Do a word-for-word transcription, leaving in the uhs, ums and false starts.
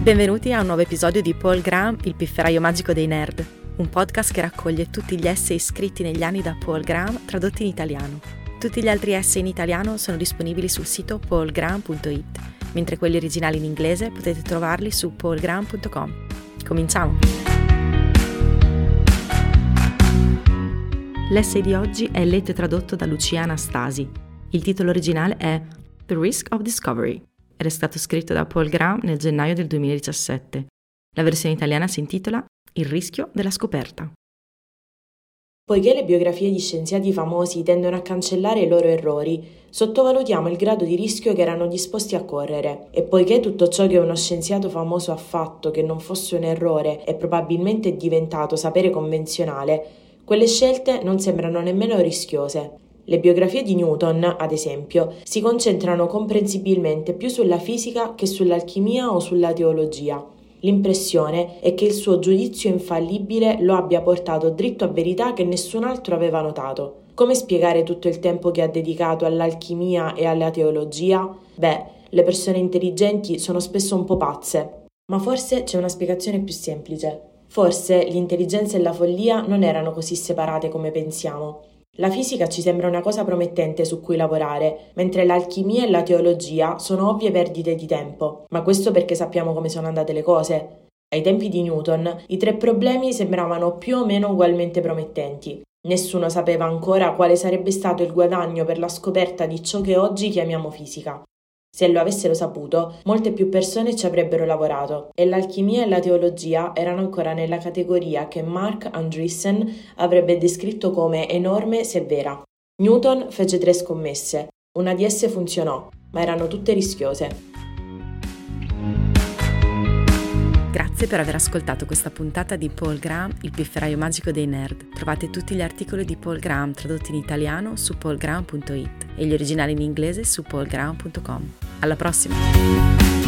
Benvenuti a un nuovo episodio di Paul Graham, il pifferaio magico dei nerd, un podcast che raccoglie tutti gli essay scritti negli anni da Paul Graham tradotti in italiano. Tutti gli altri essay in italiano sono disponibili sul sito paul graham punto it, mentre quelli originali in inglese potete trovarli su paul graham punto com. Cominciamo! L'essay di oggi è letto e tradotto da Lucia Anastasi. Il titolo originale è The Risk of Discovery ed è stato scritto da Paul Graham nel gennaio del duemiladiciassette. La versione italiana si intitola Il rischio della scoperta. Poiché le biografie di scienziati famosi tendono a cancellare i loro errori, sottovalutiamo il grado di rischio che erano disposti a correre. E poiché tutto ciò che uno scienziato famoso ha fatto che non fosse un errore e probabilmente è diventato sapere convenzionale, quelle scelte non sembrano nemmeno rischiose. Le biografie di Newton, ad esempio, si concentrano comprensibilmente più sulla fisica che sull'alchimia o sulla teologia. L'impressione è che il suo giudizio infallibile lo abbia portato dritto a verità che nessun altro aveva notato. Come spiegare tutto il tempo che ha dedicato all'alchimia e alla teologia? Beh, le persone intelligenti sono spesso un po' pazze. Ma forse c'è una spiegazione più semplice. Forse l'intelligenza e la follia non erano così separate come pensiamo. La fisica ci sembra una cosa promettente su cui lavorare, mentre l'alchimia e la teologia sono ovvie perdite di tempo. Ma questo perché sappiamo come sono andate le cose. Ai tempi di Newton, i tre problemi sembravano più o meno ugualmente promettenti. Nessuno sapeva ancora quale sarebbe stato il guadagno per la scoperta di ciò che oggi chiamiamo fisica. Se lo avessero saputo, molte più persone ci avrebbero lavorato e l'alchimia e la teologia erano ancora nella categoria che Mark Andreessen avrebbe descritto come enorme se vera. Newton fece tre scommesse, una di esse funzionò, ma erano tutte rischiose. Grazie per aver ascoltato questa puntata di Paul Graham, il pifferaio magico dei nerd. Trovate tutti gli articoli di Paul Graham tradotti in italiano su paul graham punto it e gli originali in inglese su paul graham punto com. Alla prossima!